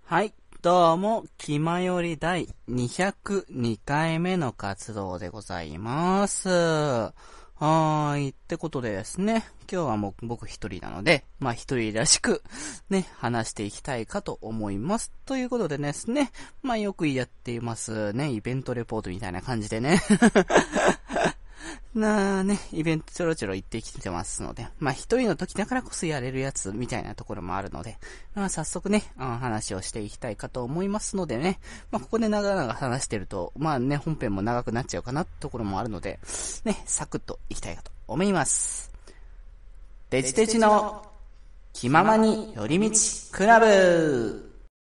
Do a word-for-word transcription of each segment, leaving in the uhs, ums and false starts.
はい、どうも、気まより第にひゃくにかいめの活動でございます。はーい、ってことでですね、今日はもう僕一人なので、まあ一人らしくね、話していきたいかと思います。ということでですね、まあよくやっていますね、イベントレポートみたいな感じでね。なあね、イベントちょろちょろ行ってきてますので、まあ一人の時だからこそやれるやつみたいなところもあるので、まあ早速ね、話をしていきたいかと思いますのでね、まあここで長々話してると、まあね、本編も長くなっちゃうかなってところもあるので、ね、サクッといきたいかと思います。デジデジの気ままに寄り道クラブ。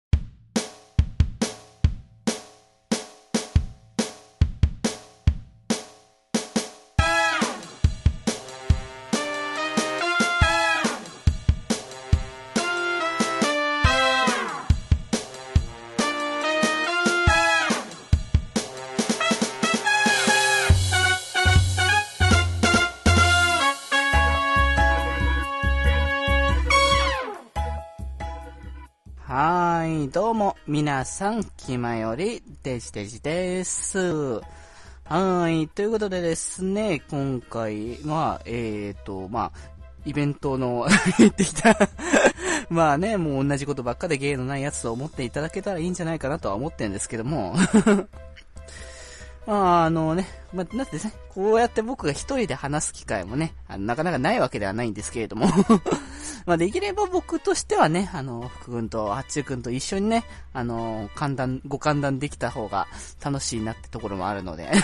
はーい、どうも、皆さん、気まより、デジデジです。はーい、ということでですね、今回、まあ、えーと、まあ、イベントの、言ってきた、まあね、もう同じことばっかで芸のないやつと思っていただけたらいいんじゃないかなとは思ってるんですけども、まあ、あのね、まあ、なんてですね、こうやって僕が一人で話す機会もね、あのなかなかないわけではないんですけれども、まあ、できれば僕としてはね、あの、福君とあっちゅう君と一緒にね、あの、歓談、ご歓談できた方が楽しいなってところもあるので。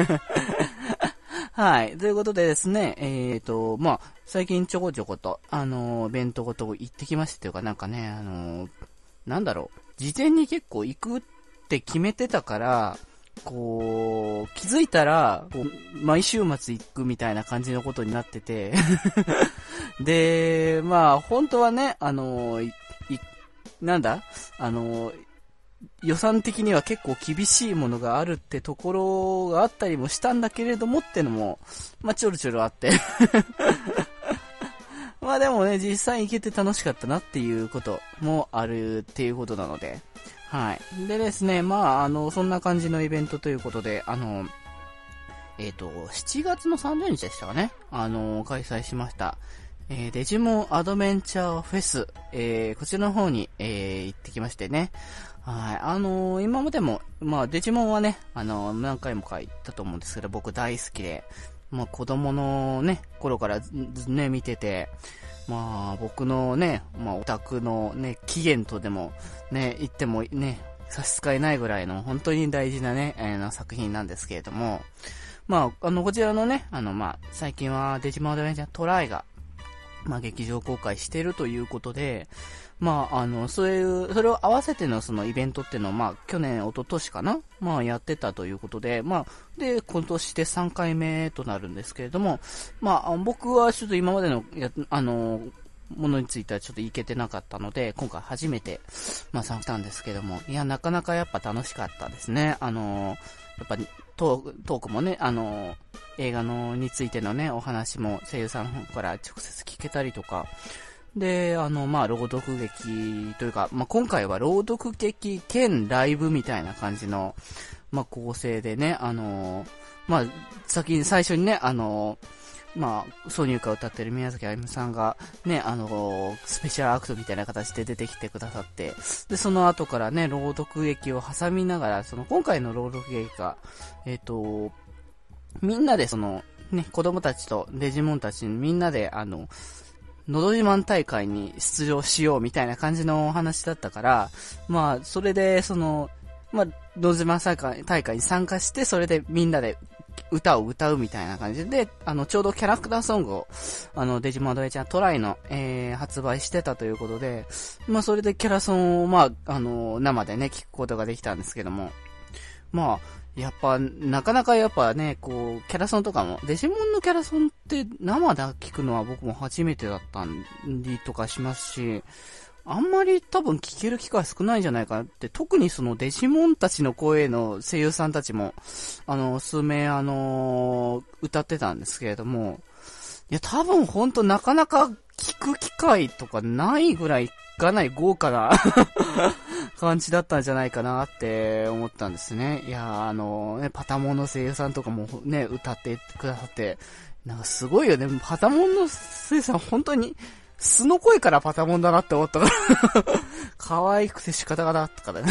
はい。ということでですね、えっと、まあ、最近ちょこちょこと、あの、イベントごと行ってきましたというか、なんかね、あの、なんだろう、事前に結構行くって決めてたから、こう、気づいたら、こう毎週末行くみたいな感じのことになってて。で、まあ、本当はね、あの、い、いなんだあの、予算的には結構厳しいものがあるってところがあったりもしたんだけれどもってのも、まあ、ちょろちょろあって。まあでもね、実際行けて楽しかったなっていうこともあるっていうことなので、はい。でですね、まあ、あの、そんな感じのイベントということで、あの、えっと、しちがつのさんじゅうにちでしたかね、あの、開催しました、えー、デジモンアドベンチャーフェス、えー、こちらの方に、えー、行ってきましてね、はい。あのー、今までも、まあ、デジモンはね、あのー、何回もか行ったと思うんですけど、僕大好きで、まあ、子供のね、頃からね、見てて、まあ、僕のね、まあ、オタクのね、起源とでも、ね、言ってもね、差し支えないぐらいの、本当に大事なね、えー、な作品なんですけれども、まあ、あの、こちらのね、あの、まあ、最近はデジモンアドベンチャートライが、まあ、劇場公開しているということで、まあ、あの、そういう、それを合わせてのそのイベントっていうのを、まあ、去年、一昨年かなまあ、やってたということで、まあ、で、今年でさんかいめとなるんですけれども、まあ、僕はちょっと今までの、や、あの、ものについてはちょっといけてなかったので、今回初めて、まあ、参加したんですけども、いや、なかなかやっぱ楽しかったですね。あの、やっぱり、トーク、トークもね、あの、映画のについてのね、お話も声優さんから直接聞けたりとか、で、あの、まあ、朗読劇というか、まあ、今回は朗読劇兼ライブみたいな感じの、まあ、構成でね、あの、まあ、先に、最初にね、あの、まあ、挿入歌を歌ってる宮崎あゆみさんが、ね、あの、スペシャルアクトみたいな形で出てきてくださって、で、その後からね、朗読劇を挟みながら、その、今回の朗読劇が、えっと、みんなでその、ね、子供たちとデジモンたちみんなで、あの、のど自慢大会に出場しようみたいな感じのお話だったから、まあ、それで、その、まあ、のど自慢大会大会に参加して、それでみんなで歌を歌うみたいな感じで、あの、ちょうどキャラクターソングを、あの、デジモンアドベンチャートライの、えー、発売してたということで、まあ、それでキャラソンを、まあ、あの、生でね、聞くことができたんですけども、まあ、やっぱ、なかなかやっぱね、こう、キャラソンとかも、デジモンのキャラソンって生で聞くのは僕も初めてだったりとかしますし、あんまり多分聞ける機会少ないんじゃないかなって、特にそのデジモンたちの声の声優さんたちも、あの、数名あの、歌ってたんですけれども、いや多分ほんとなかなか聞く機会とかないぐらいかなり豪華な感じだったんじゃないかなって思ったんですね。いやー、あのね、パタモンの声優さんとかもね、歌ってくださって、なんかすごいよね。パタモンの声優さん本当に、素の声からパタモンだなって思ったから可愛くて仕方がなかったからね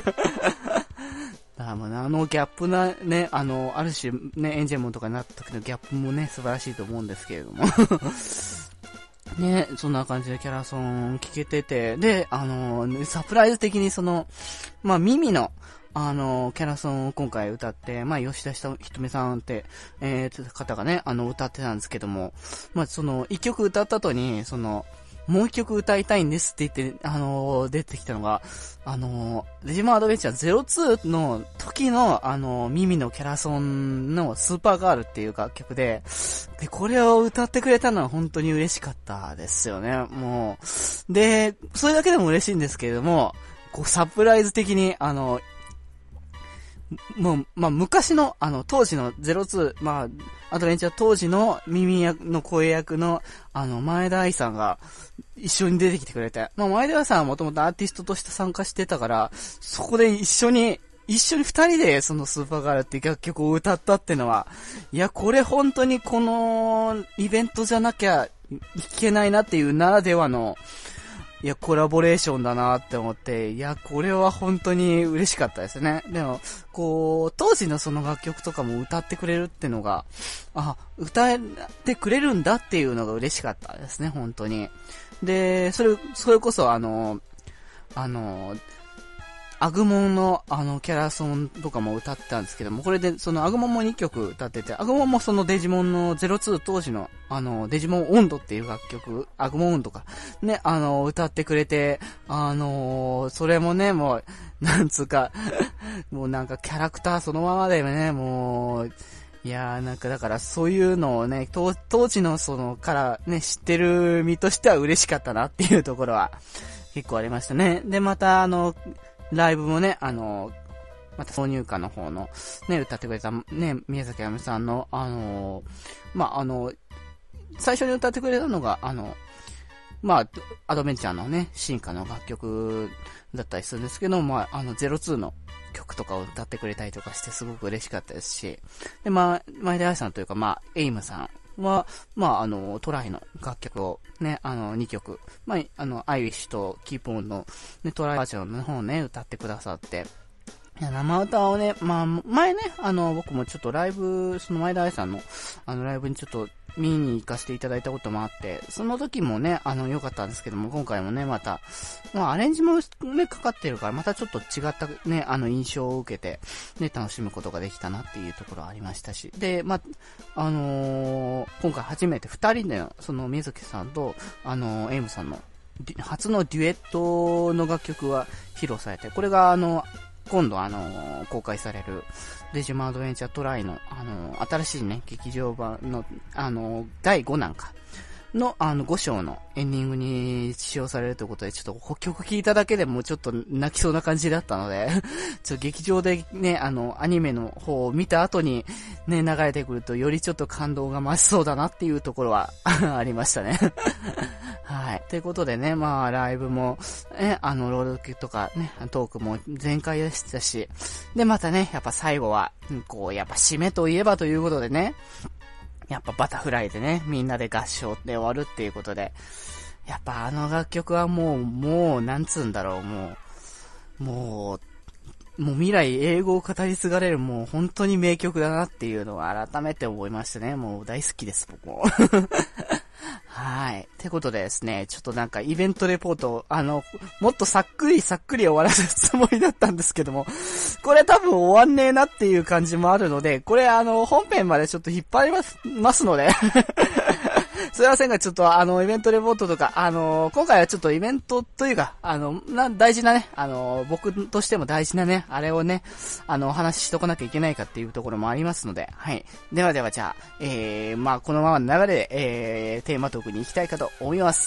だからもうあのギャップなね、あの、ある種ね、エンジェモンとかになった時のギャップもね、素晴らしいと思うんですけれどもね、そんな感じでキャラソン聞けてて、で、あの、サプライズ的にその、まあ、ミミの、あの、キャラソンを今回歌って、まあ、吉田ひとみさんって、えー、方がね、あの、歌ってたんですけども、まあ、その、一曲歌った後に、その、もう一曲歌いたいんですって言って、あのー、出てきたのが、あのー、デジモンアドベンチャーゼロツーの時の、あのー、ミミのキャラソンのスーパーガールっていう楽曲で、で、これを歌ってくれたのは本当に嬉しかったですよね、もう。で、それだけでも嬉しいんですけれども、こう、サプライズ的に、あのー、もう、まあ、昔の、あの、当時のゼロツー、まあ、アドベンチャー当時の耳役の声役の、あの、前田愛さんが一緒に出てきてくれて、まあ、前田愛さんはもともとアーティストとして参加してたから、そこで一緒に、一緒に二人でそのスーパーガールっていう楽曲を歌ったっていうのは、いや、これ本当にこのイベントじゃなきゃいけないなっていうならではの、いや、コラボレーションだなって思って、いや、これは本当に嬉しかったですね。でも、こう、当時のその楽曲とかも歌ってくれるってのが、あ、歌ってくれるんだっていうのが嬉しかったですね、本当に。で、それ、それこそあの、あの、アグモンのあのキャラソンとかも歌ってたんですけども、これでそのアグモンもにきょく歌ってて、アグモンもそのデジモンのゼロツー当時のあのデジモン温度っていう楽曲、アグモン温度か、ね、あの歌ってくれて、あのー、それもね、もう、なんつうか、もうなんかキャラクターそのままでね、もう、いやーなんかだからそういうのをね、当時のそのからね、知ってる身としては嬉しかったなっていうところは結構ありましたね。で、またあの、ライブもね、あの、また挿入歌の方の、ね、歌ってくれた、ね、宮崎あゆみさんの、あの、まあ、あの、最初に歌ってくれたのが、あの、まあ、アドベンチャーのね、進化の楽曲だったりするんですけど、まあ、あの、ゼロツーの曲とかを歌ってくれたりとかして、すごく嬉しかったですし、で、まあ、前田愛さんというか、まあ、エイムさんは、まあ、あの、トライの楽曲をね、あの、にきょく、まあ、あの、アイウィッシュとキープオンの、ね、トライバージョンの方をね、歌ってくださって、いや、生歌をね、まあ、前ね、あの、僕もちょっとライブ、その前田愛さんの、あの、ライブにちょっと見に行かせていただいたこともあって、その時もね、あの、良かったんですけども、今回もね、また、まあ、アレンジもね、かかってるから、またちょっと違ったね、あの、印象を受けて、ね、楽しむことができたなっていうところありましたし、で、まあ、あのー、今回初めて二人での、その、水木さんと、あのー、エイムさんの、初のデュエットの楽曲は披露されて、これがあの、今度あのー、公開されるデジモンアドベンチャートライのあのー、新しいね、劇場版のあのー、だいごなんかのあのご章のエンディングに使用されるということで、ちょっと曲聴いただけでもちょっと泣きそうな感じだったので、ちょっと劇場でね、あの、アニメの方を見た後にね、流れてくるとよりちょっと感動が増しそうだなっていうところはありましたね。はい。ということでね、まあ、ライブも、ね、あの、朗読とかね、トークも全開でしたし、で、またね、やっぱ最後は、こう、やっぱ締めといえばということでね、やっぱバタフライでね、みんなで合唱で終わるっていうことで、やっぱあの楽曲はもう、もう、なんつうんだろう、もう、もう、もう未来英語を語り継がれるもう本当に名曲だなっていうのを改めて思いましたね。もう大好きです、僕も。はい。ってことでですね、ちょっとなんかイベントレポート、あの、もっとさっくりさっくり終わらせるつもりだったんですけども、これ多分終わんねえなっていう感じもあるので、これあの、本編までちょっと引っ張ります、ますので、すいませんが、ちょっとあの、イベントレポートとか、あの、今回はちょっとイベントというか、あの、な、大事なね、あの、僕としても大事なね、あれをね、あの、お話ししとかなきゃいけないかっていうところもありますので、はい。ではではじゃあ、えー、まあこのままの流れで、えー、テーマトークに行きたいかと思います。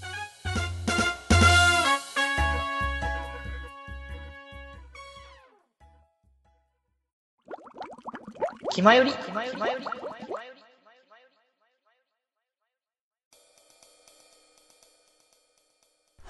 気まより、気まより、気まより。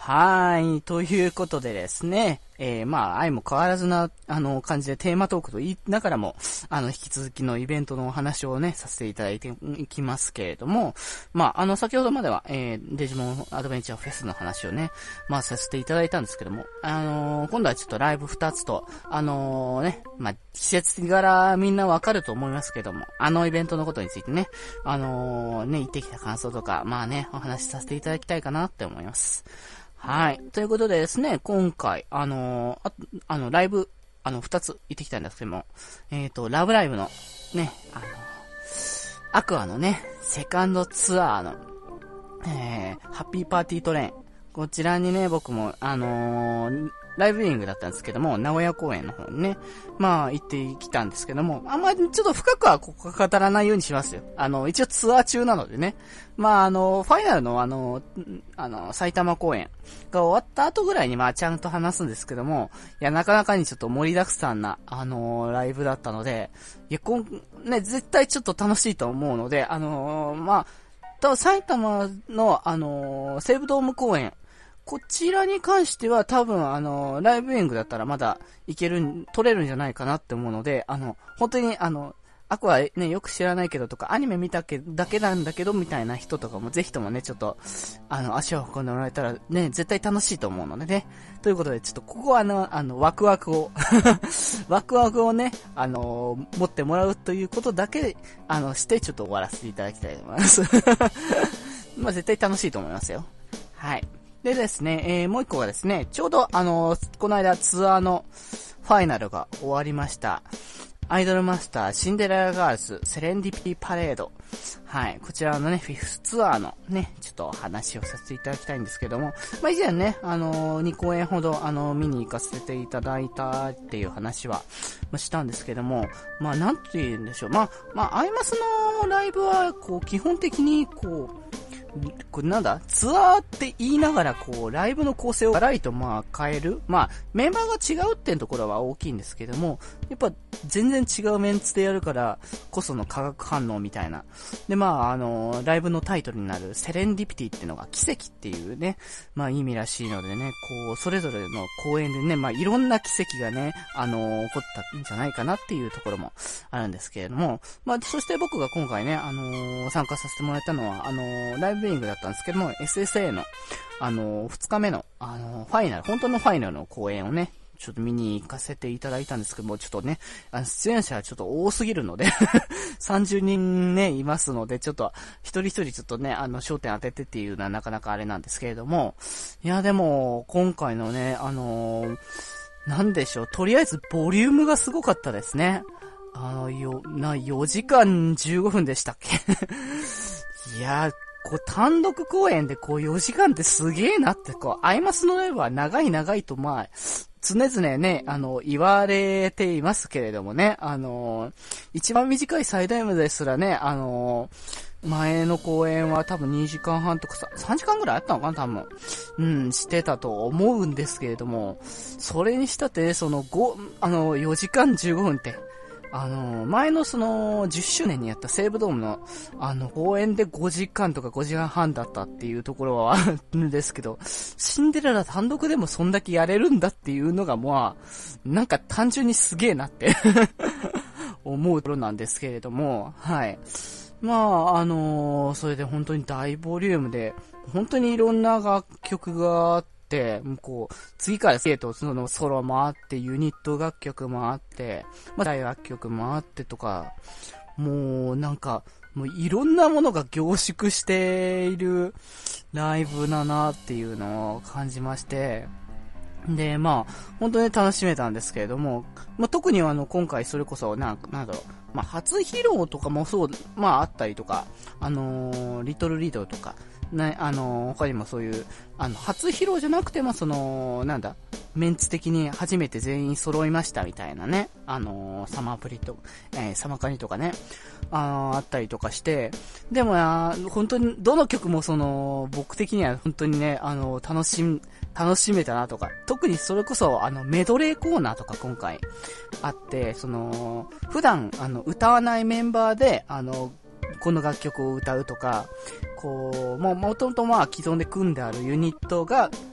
はーい。ということでですね、えー、まあ、愛も変わらずな、あの、感じでテーマトークと言いながらも、あの、引き続きのイベントのお話をね、させていただいていきますけれども、まあ、あの、先ほどまでは、えー、デジモンアドベンチャーフェスの話をね、まあ、させていただいたんですけども、あのー、今度はちょっとライブ二つと、あのー、ね、まあ、季節柄みんなわかると思いますけども、あのイベントのことについてね、あのー、ね、行ってきた感想とか、まあね、お話しさせていただきたいかなって思います。はい。ということでですね、今回、あのー、あ、あの、ライブ、あの、二つ行ってきたんですけども、えっと、ラブライブの、ね、あの、アクアのね、セカンドツアーの、えー、ハッピーパーティートレイン。こちらにね、僕も、あのー、ライブビューイングだったんですけども、名古屋公演の方にね、まあ行ってきたんですけども、あんまりちょっと深くはここ語らないようにしますよ。あの、一応ツアー中なのでね。まああの、ファイナルのあの、あの、埼玉公演が終わった後ぐらいにまあちゃんと話すんですけども、いや、なかなかにちょっと盛りだくさんな、あの、ライブだったので、いや、こん、ね、絶対ちょっと楽しいと思うので、あの、まあ、多分埼玉の、あの、西武ドーム公演、こちらに関しては多分あの、ライブエングだったらまだいける、取れるんじゃないかなって思うので、あの、本当にあの、アクアね、よく知らないけどとか、アニメ見たけだけなんだけどみたいな人とかもぜひともね、ちょっと、あの、足を運んでもらえたらね、絶対楽しいと思うのでね。ということで、ちょっとここはあの、あの、ワクワクを、ワクワクをね、あの、持ってもらうということだけ、あの、して、ちょっと終わらせていただきたいと思います。まあ、絶対楽しいと思いますよ。はい。でですね、えー、もう一個がですね、ちょうどあのー、この間ツアーのファイナルが終わりました。アイドルマスターシンデレラガールズセレンディピティパレード。はい。こちらのね、フィフスツアーのね、ちょっと話をさせていただきたいんですけども、まあ、以前ね、あのー、に公演ほどあのー、見に行かせていただいたっていう話は、まあ、したんですけども、まあ、なんて言うんでしょう。まあ、まあ、アイマスのライブは、こう、基本的に、こう、これなんだツアーって言いながらこうライブの構成をガラリとまあ変えるまあメンバーが違うっていうところは大きいんですけどもやっぱ全然違うメンツでやるからこその化学反応みたいなでまああのライブのタイトルになるセレンディピティっていうのが奇跡っていうねまあ意味らしいのでねこうそれぞれの公演でねまあいろんな奇跡がねあの起こったんじゃないかなっていうところもあるんですけれどもまあそして僕が今回ねあの参加させてもらったのはあのライブビューイングだったんですけども、エスエスエー の、あのー、ふつかめの、あのー、ファイナル、本当のファイナルの公演をね、ちょっと見に行かせていただいたんですけども、ちょっとね、あの出演者はちょっと多すぎるので、さんじゅうにんね、いますので、ちょっと、一人一人ちょっとね、あの、焦点当ててっていうのはなかなかあれなんですけれども、いや、でも、今回のね、あのー、なんでしょう、とりあえず、ボリュームがすごかったですね。あの、よ、な、よじかんじゅうごふんでしたっけいやー、こう単独公演でこうよじかんってすげーなってこう、アイマスのライブは長い長いとまあ、常々ね、あの、言われていますけれどもね、あの、一番短い最大ムですらね、あの、前の公演は多分にじかんはんとかさ、さんじかんぐらいあったのかな多分。うん、してたと思うんですけれども、それにしたってね、そのご、あの、よじかんじゅうごふんって、あの、前のその、じゅっしゅうねんにやった西武ドームの、あの、公演でごじかんとかごじかんはんだったっていうところはあるんですけど、シンデレラ単独でもそんだけやれるんだっていうのが、まあ、なんか単純にすげえなって思うところなんですけれども、はい。まあ、あのー、それで本当に大ボリュームで、本当にいろんな楽曲があって、で、こう、次から次へとそのソロもあって、ユニット楽曲もあって、まあ、大楽曲もあってとか、もうなんか、もういろんなものが凝縮しているライブだなっていうのを感じまして、で、まあ、本当に楽しめたんですけれども、まあ、特にあの、今回それこそ、なん、なんだろう、まあ、初披露とかもそう、まあ、あったりとか、あのー、リトルリードとか、ね、あのー、他にもそういう、あの、初披露じゃなくても、その、なんだ、メンツ的に初めて全員揃いましたみたいなね、あのー、サマープリと、えー、サマカニとかね、あ, あったりとかして、でもあ本当にどの曲もその僕的には本当にねあの楽しみ楽しめたなとか、特にそれこそあのメドレーコーナーとか今回あって、その普段あの歌わないメンバーであのこの楽曲を歌うとか、こうもう元々まあ既存で組んであるユニットが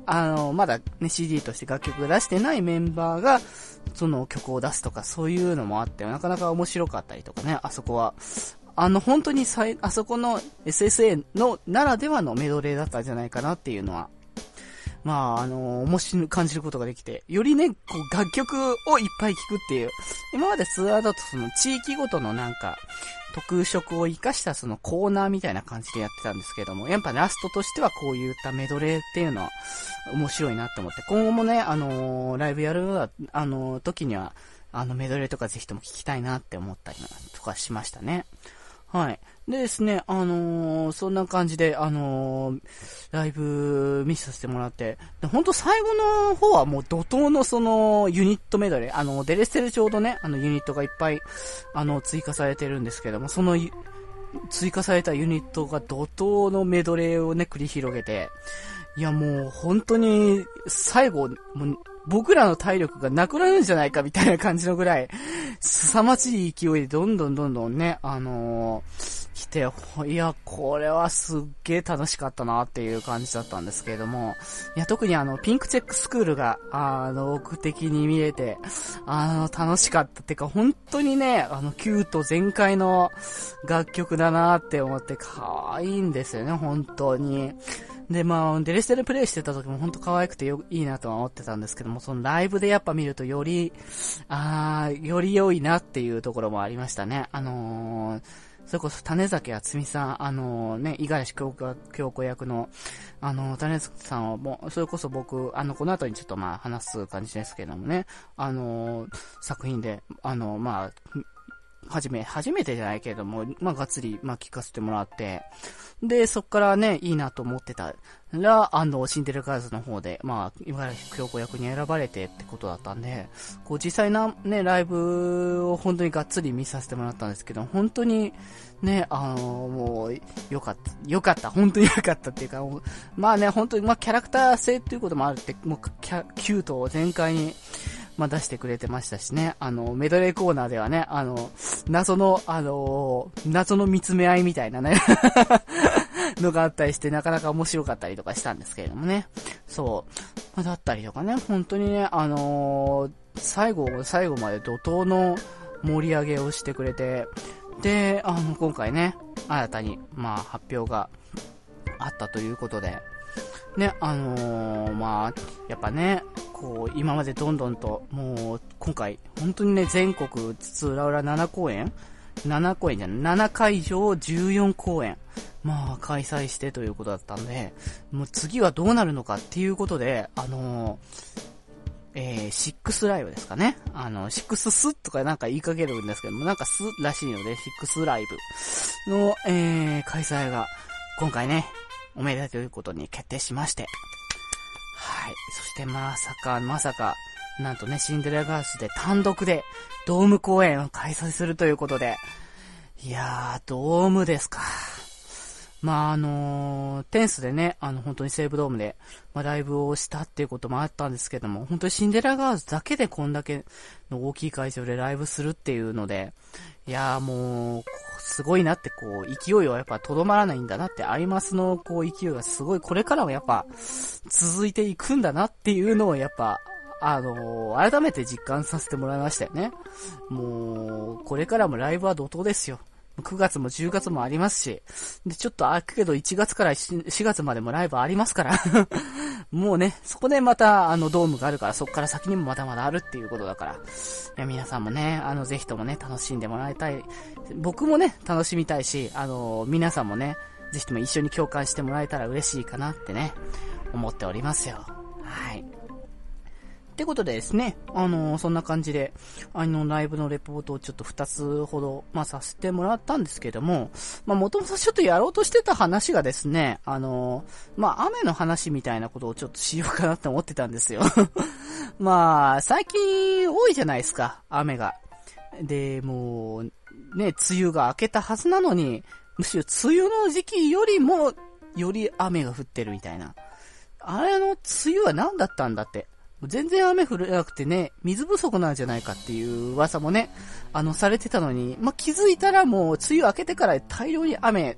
あの、まだね、シーディー として楽曲出してないメンバーが、その曲を出すとか、そういうのもあって、なかなか面白かったりとかね、あそこは。あの、本当にさい、あそこの エスエスエー のならではのメドレーだったんじゃないかなっていうのは、まあ、あの、面白い感じることができて、よりね、こう、楽曲をいっぱい聴くっていう、今までツアーだとその地域ごとのなんか、特色を活かしたそのコーナーみたいな感じでやってたんですけども、やっぱラストとしてはこういったメドレーっていうのは面白いなって思って、今後もね、あのー、ライブやる、あのー、時には、あのメドレーとかぜひとも聞きたいなって思ったりとかしましたね。はい。でですね、あのー、そんな感じで、あのー、ライブ見させてもらって、で、ほんと最後の方はもう怒涛のその、ユニットメドレー、あの、デレステルちょうどね、あの、ユニットがいっぱい、あの、追加されてるんですけども、その、追加されたユニットが怒涛のメドレーをね、繰り広げて、いやもう、本当に、最後、もう僕らの体力がなくなるんじゃないかみたいな感じのぐらい、凄まじい勢いでどんどんどんどんね、あのー、来て、いや、これはすっげー楽しかったなっていう感じだったんですけれども、いや、特にあの、ピンクチェックスクールが、あの、僕的に見れて、あの、楽しかったっていうか、本当にね、あの、キュート全開の楽曲だなって思って、可愛いんですよね、本当に。で、まあ、デレステルプレイしてた時もほんと可愛くてよ、いいなとは思ってたんですけども、そのライブでやっぱ見るとより、あー、より良いなっていうところもありましたね。あのー、それこそ種崎敦美さん、あのー、ね、五十嵐京子、京子役の、あのー、種崎さんはもう、それこそ僕、あの、この後にちょっとまあ話す感じですけどもね、あのー、作品で、あのー、まあ、はじめ、初めてじゃないけれども、まあ、がっつり、まあ、聞かせてもらって、で、そっからね、いいなと思ってたら、あの、シンデレラガールズの方で、まあ、いわゆる京子役に選ばれてってことだったんで、こう、実際な、ね、ライブを本当にがっつり見させてもらったんですけど、本当に、ね、あの、もう、よかった、よかった、本当によかったっていうか、まあね、本当に、まあ、キャラクター性っていうこともあるって、もう、キャ、キュートを全開に、まあ、出してくれてましたしね。あの、メドレーコーナーではね、あの、謎の、あの、謎の見つめ合いみたいなね、のがあったりして、なかなか面白かったりとかしたんですけれどもね。そう。まあ、だったりとかね、本当にね、あのー、最後、最後まで怒涛の盛り上げをしてくれて、で、あの、今回ね、新たに、まあ、発表があったということで、ね、あのー、まあ、やっぱね、こう、今までどんどんと、もう、今回、本当にね、全国津々浦々なな公演 ?なな 公演じゃない、なな会場じゅうよん公演、まあ、開催してということだったんで、もう次はどうなるのかっていうことで、あのー、えー、シックスライブですかね。あの、シックススとかなんか言いかけるんですけども、なんかスらしいので、シックスライブの、えー、開催が、今回ね、おめでたいということに決定しまして。はい。そしてまさか、まさか、なんとね、シンデレラガールズで単独でドーム公演を開催するということで。いやー、ドームですか。まああのー、テンスでね、あの本当に西武ドームで、まあ、ライブをしたっていうこともあったんですけども、本当にシンデレラガールズだけでこんだけの大きい会場でライブするっていうので、いやーもう、すごいなってこう、勢いはやっぱとどまらないんだなって、アイマスのこう勢いがすごい、これからもやっぱ続いていくんだなっていうのをやっぱ、あのー、改めて実感させてもらいましたよね。もう、これからもライブは怒涛ですよ。くがつもじゅうがつもありますし、で、ちょっと空くけどいちがつからしがつまでもライブありますから、もうね、そこでまたあのドームがあるから、そこから先にもまだまだあるっていうことだから、いや皆さんもね、あのぜひともね、楽しんでもらいたい。僕もね、楽しみたいし、あの、皆さんもね、ぜひとも一緒に共感してもらえたら嬉しいかなってね、思っておりますよ。はい。ってことでですね、あのー、そんな感じで、あの、ライブのレポートをちょっとふたつほど、まあ、させてもらったんですけども、まあ、もともとちょっとやろうとしてた話がですね、あのー、まあ、雨の話みたいなことをちょっとしようかなって思ってたんですよ。まあ、最近多いじゃないですか、雨が。で、もう、ね、梅雨が明けたはずなのに、むしろ梅雨の時期よりも、より雨が降ってるみたいな。あれの梅雨は何だったんだって。全然雨降らなくてね、水不足なんじゃないかっていう噂もね、あの、されてたのに、まあ、気づいたらもう、梅雨明けてから大量に雨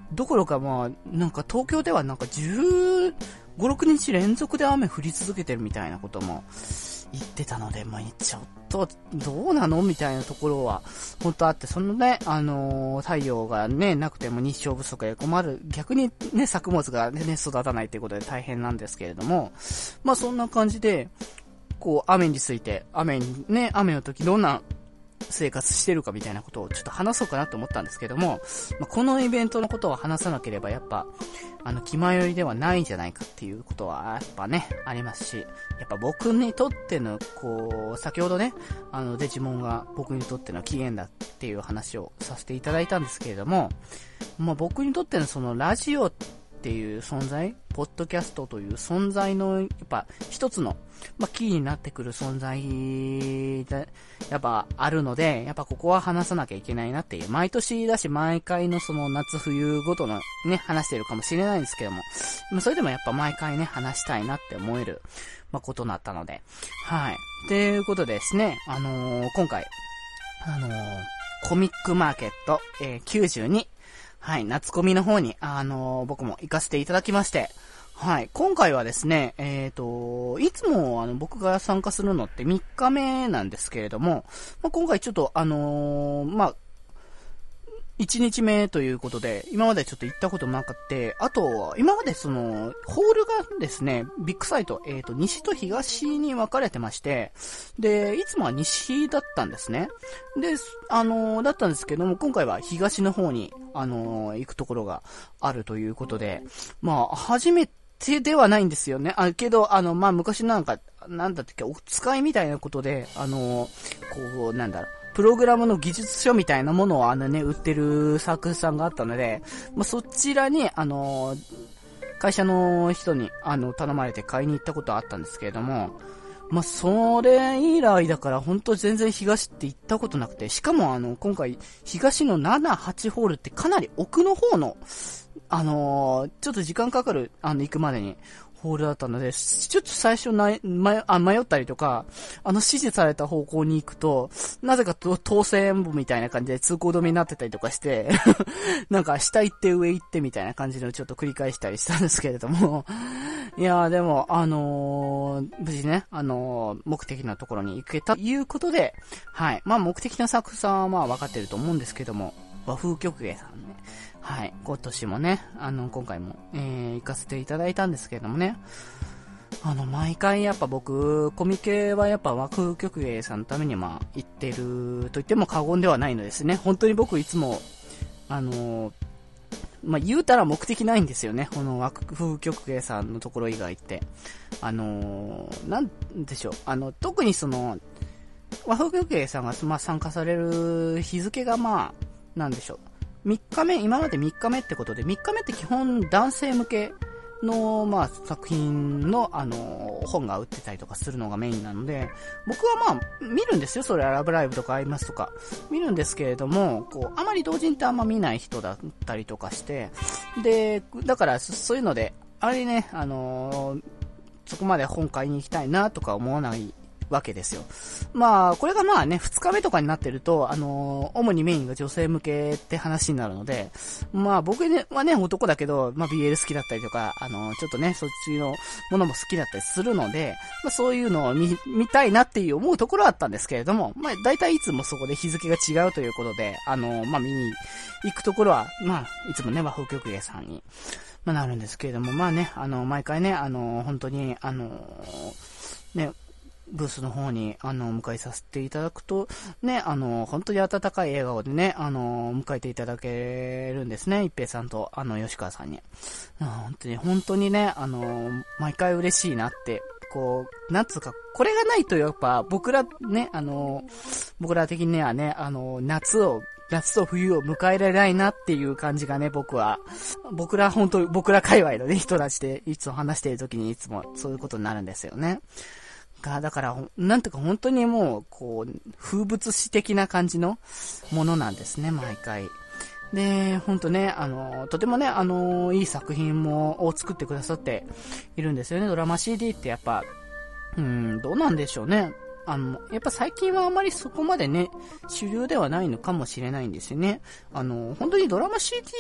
どころかまあ、なんか東京ではなんかじゅうご、ろくにち連続で雨降り続けてるみたいなことも言ってたので、まあちょっとどうなのみたいなところは本当あって、そのね、あのー、太陽がね、なくても日照不足で困る、逆にね、作物がね、育たないということで大変なんですけれども、まあそんな感じで、こう雨について、雨にね、雨の時どんな生活してるかみたいなことをちょっと話そうかなと思ったんですけども、まあ、このイベントのことを話さなければやっぱ、あの、気前よりではないんじゃないかっていうことはやっぱね、ありますし、やっぱ僕にとっての、こう、先ほどね、あの、デジモンが僕にとっての起源だっていう話をさせていただいたんですけれども、まあ僕にとってのそのラジオっていう存在、ポッドキャストという存在の、やっぱ一つの、まあ、キーになってくる存在で、やっぱあるので、やっぱここは話さなきゃいけないなっていう、毎年だし、毎回のその夏冬ごとのね、話してるかもしれないんですけども、まあ、それでもやっぱ毎回ね、話したいなって思える、まあ、ことになったので、はい。ということでですね、あのー、今回、あのー、コミックマーケット、えー、きゅうじゅうに、はい、夏コミの方に、あのー、僕も行かせていただきまして、はい。今回はですね、えっと、いつもあの僕が参加するのってみっかめなんですけれども、まあ、今回ちょっとあのー、まあ、いちにちめということで、今までちょっと行ったこともなくて、あと、今までその、ホールがですね、ビッグサイト、えっと、西と東に分かれてまして、で、いつもは西だったんですね。で、あのー、だったんですけども、今回は東の方に、あのー、行くところがあるということで、まあ、初めて、手ではないんですよね。あ、けど、あの、まあ、昔なんか、なんだっけ、お使いみたいなことで、あの、こう、なんだろう、プログラムの技術書みたいなものをあのね、売ってるサークルさんがあったので、まあ、そちらに、あの、会社の人に、あの、頼まれて買いに行ったことはあったんですけれども、まあ、それ以来だから本当全然東って行ったことなくて、しかもあの、今回東のなな、はちホールってかなり奥の方の、あのー、ちょっと時間かかる、あの、行くまでに、ホールだったので、ちょっと最初な、迷、あ、迷ったりとか、あの、指示された方向に行くと、なぜかと、当選部みたいな感じで通行止めになってたりとかして、なんか下行って上行ってみたいな感じのちょっと繰り返したりしたんですけれども、いやーでも、あのー、無事ね、あのー、目的のところに行けたということで、はい。まあ目的の作品さんはまあ分かってると思うんですけども、和風曲芸さんね、はい、今年もね、あの、今回も、えー、行かせていただいたんですけれどもね、あの、毎回やっぱ僕、コミケはやっぱ和風曲芸さんのためにまあ、行ってると言っても過言ではないのですね。本当に僕いつも、あのー、まあ、言うたら目的ないんですよね。この和風曲芸さんのところ以外って。あのー、なんでしょう。あの、特にその、和風曲芸さんが、まあ、参加される日付がまあ、なんでしょう。みっかめ、今までみっかめってことで、みっかめって基本男性向けの、まあ、作品の、あの、本が売ってたりとかするのがメインなので、僕はまあ、見るんですよ。それはラブライブとかアイマスとか。見るんですけれども、こう、あまり同人ってあんま見ない人だったりとかして、で、だからそういうので、あれね、あの、そこまで本買いに行きたいなとか思わないわけですよ。まあ、これがまあね、二日目とかになってると、あのー、主にメインが女性向けって話になるので、まあ僕はね、男だけど、まあ ビーエル 好きだったりとか、あのー、ちょっとね、そっちのものも好きだったりするので、まあそういうのを見、見たいなっていう思うところはあったんですけれども、まあ大体いつもそこで日付が違うということで、あのー、まあ見に行くところは、まあ、いつもね、和風曲芸さんに、まあなるんですけれども、まあね、あのー、毎回ね、あのー、本当に、あのー、ね、ブースの方に、あの、迎えさせていただくと、ね、あの、本当に温かい笑顔でね、あの、迎えていただけるんですね、一平さんと、あの、吉川さんに。本当に、本当にね、あの、毎回嬉しいなって、こう、なんつうか、これがないとやっぱ、僕らね、あの、僕ら的にはね、あの、夏を、夏と冬を迎えられないなっていう感じがね、僕は、僕ら本当に、僕ら界隈のね、人たちでいつも話している時にいつもそういうことになるんですよね。が、だから、なんていうか本当にもう、こう、風物詩的な感じのものなんですね、毎回。で、ほんとね、あの、とてもね、あの、いい作品も、を作ってくださっているんですよね。ドラマ シーディー ってやっぱ、うん、どうなんでしょうね。あの、やっぱ最近はあまりそこまでね、主流ではないのかもしれないんですよね。あの、本当にドラマ シーディー、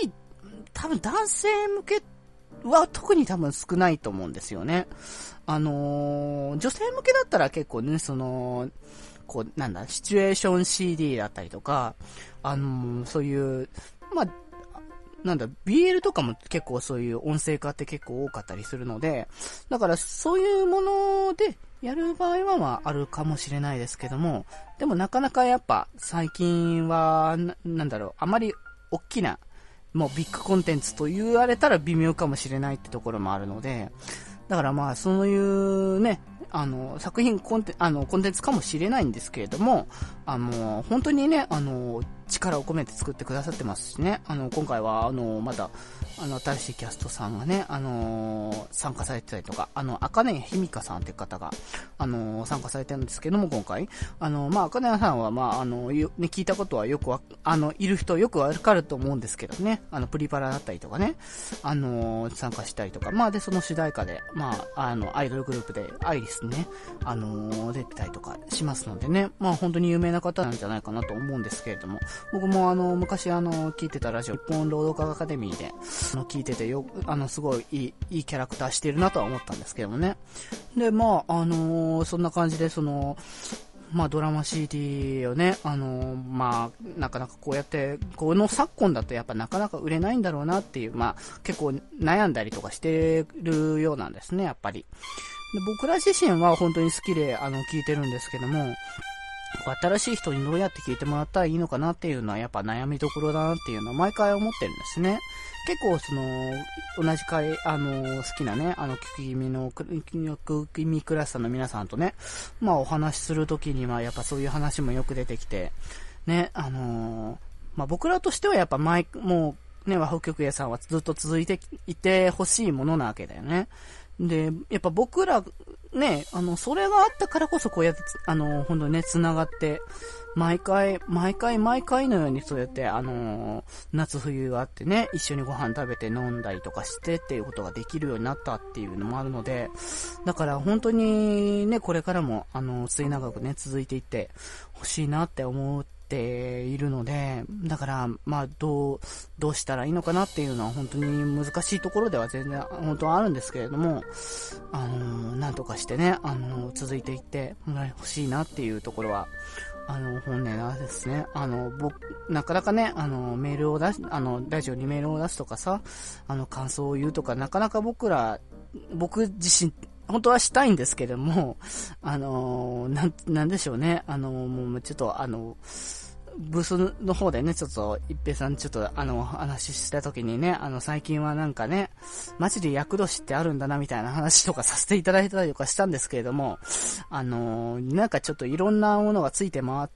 多分男性向けは特に多分少ないと思うんですよね。あのー、女性向けだったら結構ね、その、こう、なんだ、シチュエーション シーディー だったりとか、あのー、そういう、まあ、なんだ、ビーエル とかも結構そういう音声化って結構多かったりするので、だからそういうものでやる場合はまああるかもしれないですけども、でもなかなかやっぱ最近は、な、なんだろう、あまり大きな、もうビッグコンテンツと言われたら微妙かもしれないってところもあるので、だからまあそういうね、あの、作品コンテンツ、あの、コンテンツかもしれないんですけれども、あの、本当にね、あの、力を込めて作ってくださってますしね、あの、今回は、あの、また、あの、新しいキャストさんがね、あの、参加されてたりとか、あの、あかねひみかさんっていう方が、あの、参加されてるんですけども、今回、あの、まあ、あかねさんは、まあ、あの、ね、聞いたことはよくわ、あの、いる人よくわかると思うんですけどね、あの、プリパラだったりとかね、あの、参加したりとか、まあ、で、その主題歌で、まあ、あの、アイドルグループで、アイリスね、あの、出てたりとかしますのでね、まあ、本当に有名な方なんじゃないかなと思うんですけれども、僕もあの、昔あの、聞いてたラジオ、日本朗読アカデミーで、あの、聞いててよ、あの、すごいいい、いいキャラクターしてるなとは思ったんですけどもね。で、まあ、あのー、そんな感じで、その、まあ、ドラマ シーディー をね、あのー、まあ、なかなかこうやって、この昨今だとやっぱなかなか売れないんだろうなっていう、まあ、結構悩んだりとかしてるようなんですね、やっぱり。で、僕ら自身は本当に好きで、あの、聞いてるんですけども、新しい人にどうやって聞いてもらったらいいのかなっていうのはやっぱ悩みどころだなっていうのは毎回思ってるんですね。結構その、同じ回、あの、好きなね、あの、聞き耳の、聞き耳クラスターの皆さんとね、まあお話しするときにはやっぱそういう話もよく出てきて、ね、あの、まあ僕らとしてはやっぱ毎、もうね、和風曲屋さんはずっと続いていてほしいものなわけだよね。で、やっぱ僕ら、ね、あの、それがあったからこそこうやって、あの、ほんとね、繋がって、毎回、毎回、毎回のようにそうやって、あの、夏冬があってね、一緒にご飯食べて飲んだりとかしてっていうことができるようになったっていうのもあるので、だから本当にね、これからも、あの、末永くね、続いていってほしいなって思っているので、だから、まあ、どう、どうしたらいいのかなっていうのは本当に難しいところでは全然、本当はあるんですけれども、あの、なんとかしてね、あの、続いていってほしいなっていうところは、あの、本音なんですね。あの、僕、なかなかね、あの、メールを出し、あの、ラジオにメールを出すとかさ、あの、感想を言うとか、なかなか僕ら、僕自身、本当はしたいんですけども、あの、なん、なんでしょうね。あの、もうちょっと、あの、ブースの方でね、ちょっと、一平さんちょっと、あの、話した時にね、あの、最近はなんかね、マジで厄年ってあるんだな、みたいな話とかさせていただいたりとかしたんですけれども、あの、なんかちょっといろんなものがついて回って、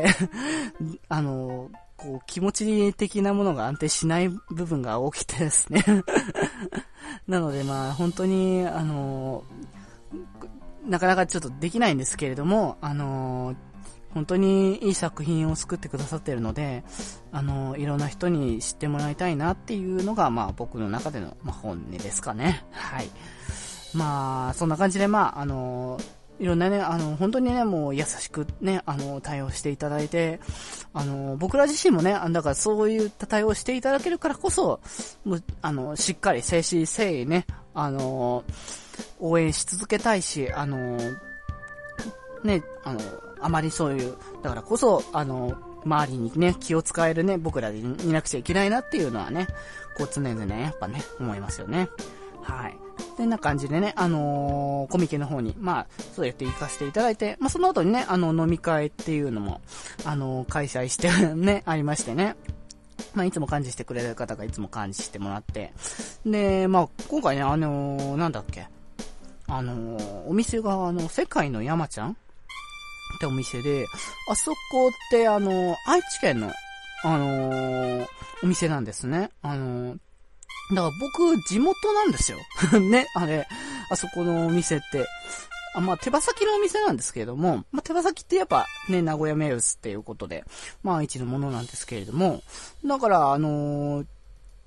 あの、こう、気持ち的なものが安定しない部分が起きてですね。なので、まあ、本当に、あの、なかなかちょっとできないんですけれども、あの、本当にいい作品を作ってくださっているので、あの、いろんな人に知ってもらいたいなっていうのが、まあ僕の中での、まあ、本音ですかね。はい。まあ、そんな感じで、まあ、あの、いろんなね、あの、本当にね、もう優しくね、あの、対応していただいて、あの、僕ら自身もね、だからそういった対応していただけるからこそ、もう、あの、しっかり誠心誠意ね、あの、応援し続けたいし、あの、ね、あの、あまりそういう、だからこそ、あの、周りにね、気を使えるね、僕らでいなくちゃいけないなっていうのはね、こう常々ね、やっぱね、思いますよね。はい。で、な感じでね、あのー、コミケの方に、まあ、そうやって行かせていただいて、まあ、その後にね、あの、飲み会っていうのも、あのー、開催してね、ありましてね。まあ、いつも幹事してくれる方がいつも幹事してもらって。で、まあ、今回ね、あのー、なんだっけ、あのー、お店が、あの、世界の山ちゃんってお店で、あそこってあの、愛知県の、あのー、お店なんですね。あのー、だから僕、地元なんですよ。ね、あれ、あそこのお店って。あまあ、手羽先のお店なんですけれども、まあ、手羽先ってやっぱね、名古屋名物っていうことで、まあ、愛知のものなんですけれども、だから、あのー、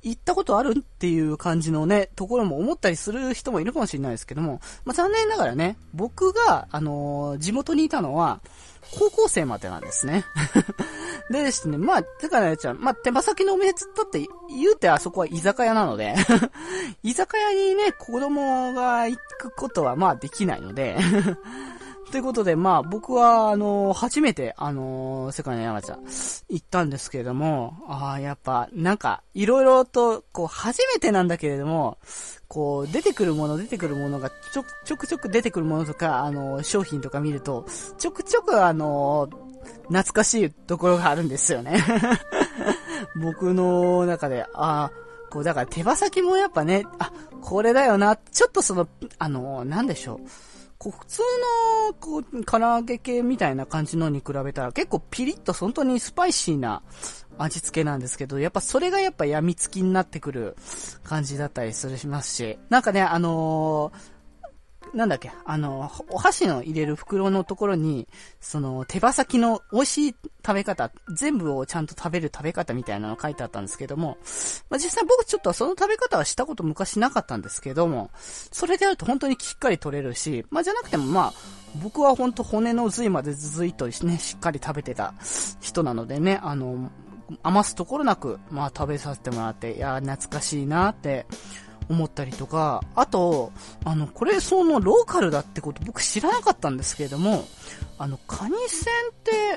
行ったことあるっていう感じのね、ところも思ったりする人もいるかもしれないですけども、まあ、残念ながらね、僕が、あのー、地元にいたのは、高校生までなんですね。でですね、まあ、てかね、ちゃん、まあ、手羽先のお店つったって言うてあそこは居酒屋なので、居酒屋にね、子供が行くことはまあできないので、ということで、まあ僕は、あのー、初めて、あのー、世界の山ちゃん行ったんですけれども、ああ、やっぱ、なんか、いろいろと、こう、初めてなんだけれども、こう、出てくるもの、出てくるものが、ちょ、ちょくちょく出てくるものとか、あのー、商品とか見ると、ちょくちょく、あのー、懐かしいところがあるんですよね。僕の中で、ああ、こう、だから手羽先もやっぱね、あ、これだよな、ちょっとその、あのー、なんでしょう。こう普通の、こう、唐揚げ系みたいな感じのに比べたら結構ピリッと本当にスパイシーな味付けなんですけど、やっぱそれがやっぱ病みつきになってくる感じだったりするしますし、なんかね、あのー、なんだっけ、あの、お箸の入れる袋のところに、その、手羽先の美味しい食べ方、全部をちゃんと食べる食べ方みたいなの書いてあったんですけども、まあ、実際僕ちょっとその食べ方はしたこと昔なかったんですけども、それでやると本当にしっかり取れるし、まあ、じゃなくてもまあ、僕は本当骨の髄までずずいとね、しっかり食べてた人なのでね、あの、余すところなく、まあ、食べさせてもらって、いや、懐かしいなって、思ったりとか、あと、あの、これ、その、ローカルだってこと僕知らなかったんですけれども、あの、カニ船って、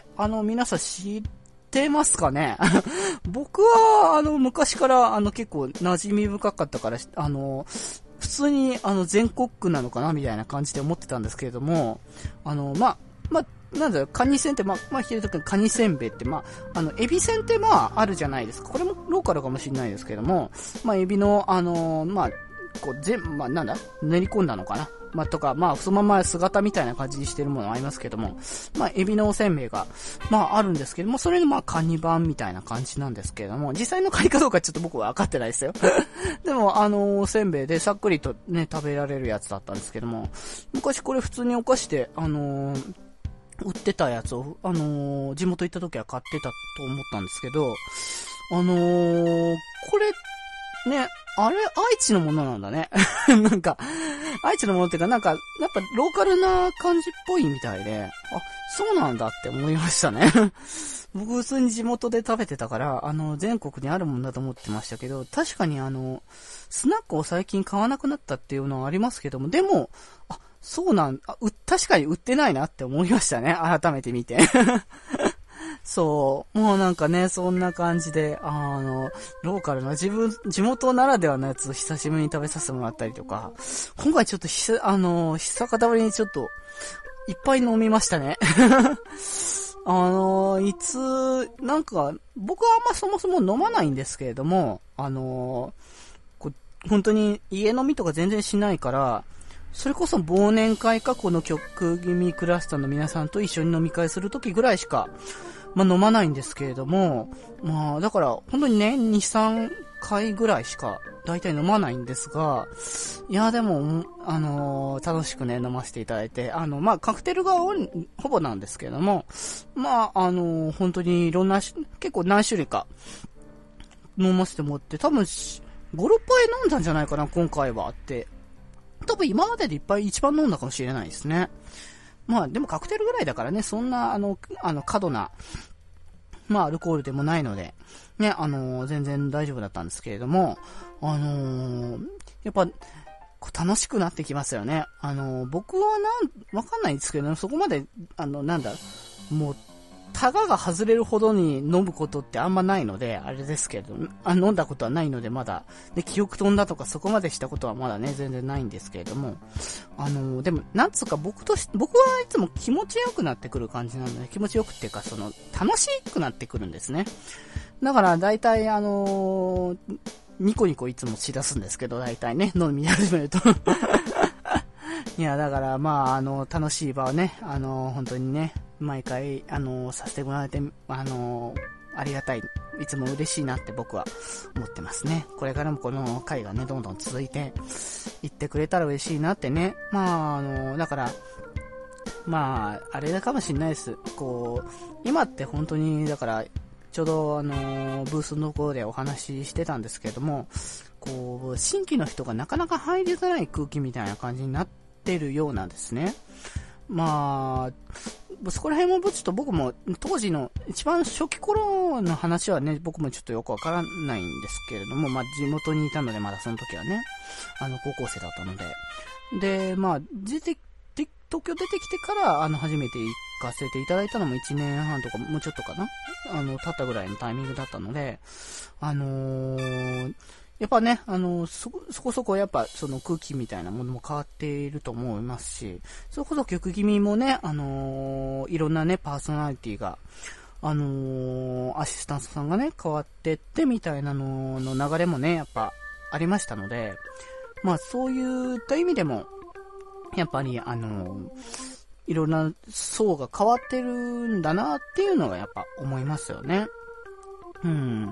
あの、皆さん知ってますかね僕は、あの、昔から、あの、結構馴染み深かったから、あの、普通に、あの、全国区なのかなみたいな感じで思ってたんですけれども、あの、まあ、まあ、なんだろう、カニせんって、まあ、まあ、ひろとくん、カニせんべいって、まあ、あの、エビせんって、まあ、あるじゃないですか。これもローカルかもしれないですけども、まあ、エビの、あのー、まあ、こう、全、まあ、なんだ練り込んだのかなまあ、とか、まあ、そのまま姿みたいな感じにしてるものありますけども、まあ、エビのおせんべいが、まあ、あるんですけども、それの、まあ、カニ版みたいな感じなんですけれども、実際のカニかどうかちょっと僕は分かってないですよ。でも、あのー、おせんべいでさっくりとね、食べられるやつだったんですけども、昔これ普通にお菓子で、あのー、売ってたやつを、あのー、地元行った時は買ってたと思ったんですけど、あのー、これ、ね、あれ、愛知のものなんだね。なんか、愛知のものっていうか、なんか、やっぱローカルな感じっぽいみたいで、あ、そうなんだって思いましたね。僕普通に地元で食べてたから、あの、全国にあるもんだと思ってましたけど、確かにあの、スナックを最近買わなくなったっていうのはありますけども、でも、あ、そうなん、あ、う、確かに売ってないなって思いましたね。改めて見て。そう。もうなんかね、そんな感じで、あの、ローカルな自分、地元ならではのやつを久しぶりに食べさせてもらったりとか、今回ちょっとひさ、あの、久方ぶりにちょっと、いっぱい飲みましたね。あの、いつ、なんか、僕はあんまそもそも飲まないんですけれども、あの、こ本当に家飲みとか全然しないから、それこそ忘年会かこの曲組クラスターの皆さんと一緒に飲み会するときぐらいしか、まあ飲まないんですけれども、まあだから本当に年に、さんかいぐらいしか大体飲まないんですが、いやでも、あのー、楽しくね飲ませていただいて、あの、まあカクテルがほぼなんですけれども、まああのー、本当にいろんな、結構何種類か飲ませてもらって、多分ご、ろっぱい飲んだんじゃないかな今回はって。多分今まででいっぱい一番飲んだかもしれないですね。まあでもカクテルぐらいだからね、そんなあの、あの過度な、まあアルコールでもないので、ね、あのー、全然大丈夫だったんですけれども、あのー、やっぱ、楽しくなってきますよね。あのー、僕はなん、わかんないんですけど、そこまで、あの、なんだ、もう、タガが外れるほどに飲むことってあんまないので、あれですけど、あ飲んだことはないのでまだ、で、記憶飛んだとかそこまでしたことはまだね、全然ないんですけれども、あのー、でも、なんつうか僕とし、僕はいつも気持ちよくなってくる感じなので、気持ちよくっていうか、その、楽しくなってくるんですね。だから、だいたいあのー、ニコニコいつもしだすんですけど、だいたいね、飲み始めると。いや、だから、まあ、あの、楽しい場をね、あの、本当にね、毎回、あの、させてもらえて、あの、ありがたい、いつも嬉しいなって僕は思ってますね。これからもこの回がね、どんどん続いていってくれたら嬉しいなってね。まあ、あの、だから、まあ、あれかもしれないです。こう、今って本当に、だから、 ちょうどあのー、ブースのところでお話ししてたんですけれども、こう、新規の人がなかなか入りづらい空気みたいな感じになってるようなんですね。まあ、そこら辺もちょっと僕も当時の一番初期頃の話はね、僕もちょっとよくわからないんですけれども、まあ地元にいたのでまだその時はね、あの高校生だったので。で、まあ、出て、東京出てきてから、あの、初めて行かせていただいたのもいちねんはんとか、もうちょっとかなあの、経ったぐらいのタイミングだったので、あのー、やっぱね、あのー、そ、そこそこやっぱその空気みたいなものも変わっていると思いますし、それこそ曲気味もね、あのー、いろんなね、パーソナリティが、あのー、アシスタントさんがね、変わってってみたいなのの流れもね、やっぱありましたので、まあそういった意味でも、やっぱりあのいろんな層が変わってるんだなっていうのがやっぱ思いますよね。うん。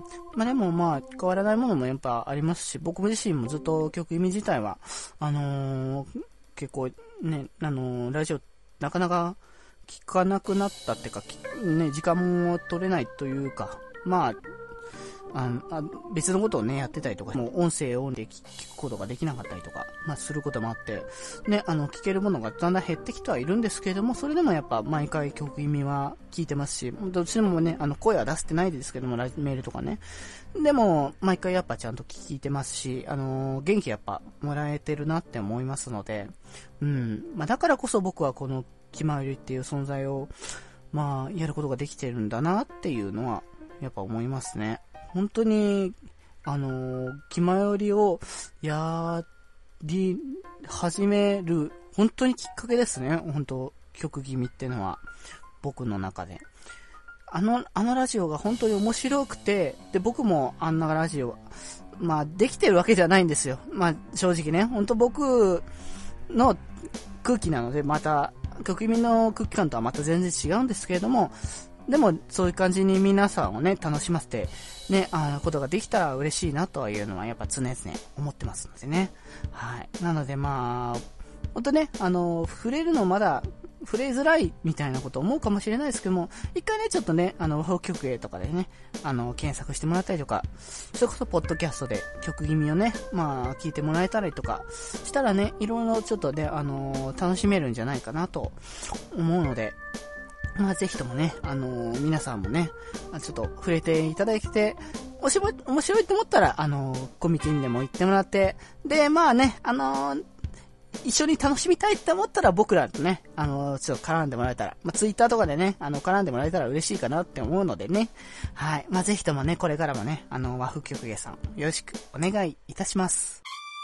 まあでもまあ変わらないものもやっぱありますし、僕自身もずっと曲意味自体は、あのー、結構ね、あのー、ラジオなかなか聞かなくなったってか、ね、時間も取れないというか、まあ、ああ別のことをね、やってたりとか、もう音声をオンで聞くことができなかったりとか、まあすることもあって、ね、あの、聞けるものがだんだん減ってきてはいるんですけれども、それでもやっぱ毎回曲意味は聞いてますし、どっちでもね、あの、声は出してないですけども、メールとかね。でも、毎回やっぱちゃんと聞いてますし、あのー、元気やっぱもらえてるなって思いますので、うん。まあだからこそ僕はこの気まよりっていう存在を、まあ、やることができてるんだなっていうのは、やっぱ思いますね。本当に、あのー、気まよりをやり始める、本当にきっかけですね。本当、曲気味っていうのは、僕の中で。あの、あのラジオが本当に面白くて、で、僕もあんなラジオ、まあ、できてるわけじゃないんですよ。まあ、正直ね、本当僕の空気なので、また、曲気味の空気感とはまた全然違うんですけれども、でも、そういう感じに皆さんをね、楽しませて、ね、あことができたら嬉しいなというのは、やっぱ常々思ってますのでね。はい。なので、まあ、ほんとね、あの、触れるのまだ、触れづらいみたいなこと思うかもしれないですけども、一回ね、ちょっとね、あの、法曲へとかでね、あの、検索してもらったりとか、それこそ、ポッドキャストで曲気味をね、まあ、聞いてもらえたりとか、したらね、いろいろちょっとね、あの、楽しめるんじゃないかなと思うので、まあぜひともね、あのー、皆さんもね、ちょっと触れていただいて、面白い、面白いと思ったら、あのー、コミケにでも行ってもらって、で、まあね、あのー、一緒に楽しみたいって思ったら僕らとね、あのー、ちょっと絡んでもらえたら、まあツイッターとかでね、あの、絡んでもらえたら嬉しいかなって思うのでね、はい。まあぜひともね、これからもね、あの、和風曲芸さん、よろしくお願いいたします。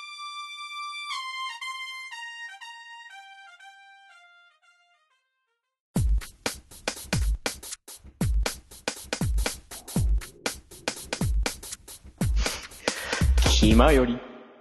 気まより。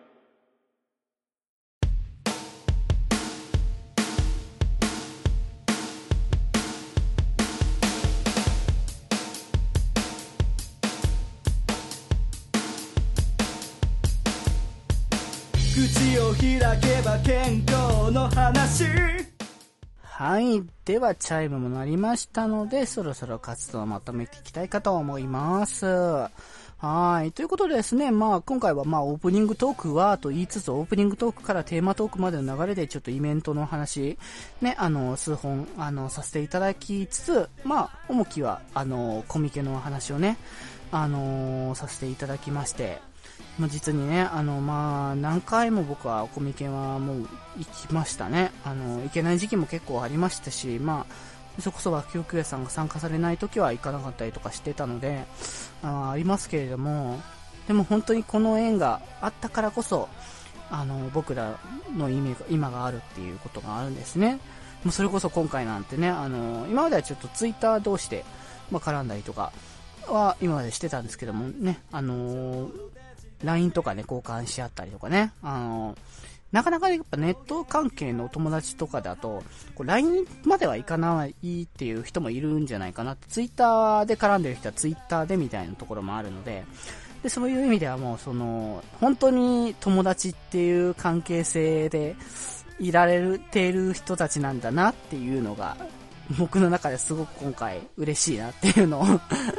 口を開けば健康の話。 はい。では、チャイムも鳴りましたので、そろそろ活動をまとめていきたいかと思います。はい。ということでですね、まあ、今回はまあ、オープニングトークはと言いつつ、オープニングトークからテーマトークまでの流れで、ちょっとイベントの話、ね、あの、数本、あの、させていただきつつ、まあ、重きは、あの、コミケの話をね、あの、させていただきまして、まあ、実にね、あの、まあ、何回も僕はコミケはもう行きましたね。あの、行けない時期も結構ありましたし、まあ、そこそは救急屋さんが参加されない時は行かなかったりとかしてたので、あ, ありますけれども、でも本当にこの縁があったからこそ、あの、僕らの意味が、今があるっていうことがあるんですね。もうそれこそ今回なんてね、あの、今まではちょっとツイッター同士で、まあ、絡んだりとかは今までしてたんですけどもね、あの、ライン とかね、交換し合ったりとかね、あの、なかなかやっぱネット関係のお友達とかだと、ライン まではいかないっていう人もいるんじゃないかなって、ツイッターで絡んでる人はツイッターでみたいなところもあるので、でそういう意味ではもうその、本当に友達っていう関係性でいられている人たちなんだなっていうのが、僕の中ですごく今回嬉しいなっていうのを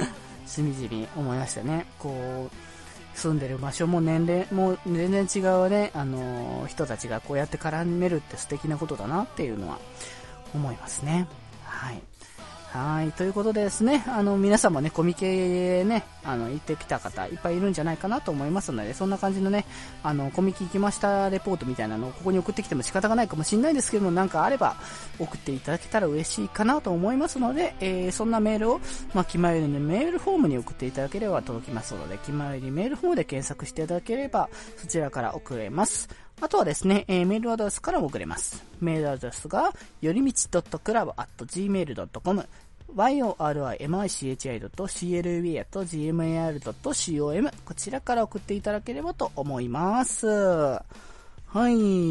しみじみ思いましたね。こう、住んでる場所も年齢も全然違うね、あのー、人たちがこうやって絡めるって素敵なことだなっていうのは思いますね。はい。はい。ということでですね、あの、皆さんもね、コミケね、あの、行ってきた方、いっぱいいるんじゃないかなと思いますので、そんな感じのね、あの、コミケ行きましたレポートみたいなのをここに送ってきても仕方がないかもしれないですけども、なんかあれば送っていただけたら嬉しいかなと思いますので、えー、そんなメールを、まあ、気まよりのメールフォームに送っていただければ届きますので、気まよりメールフォームで検索していただければ、そちらから送れます。あとはですね、えー、メールアドレスからも送れます。メールアドレスが、よりみち .club アット ジーメール ドットコムヨリミチ ドット クラブ アット ジーメール ドット コム こちらから送っていただければと思います。はい。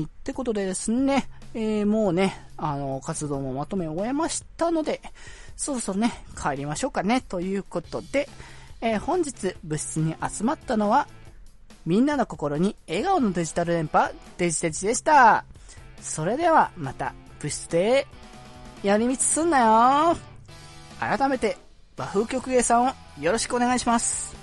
ってことでですね、えー、もうね、あの、活動もまとめ終えましたので、そろそろね、帰りましょうかね。ということで、えー、本日部室に集まったのは、みんなの心に笑顔のデジタル電波、デジデジでした。それではまた部室で、寄り道すんなよ。改めて和風曲芸さんをよろしくお願いします。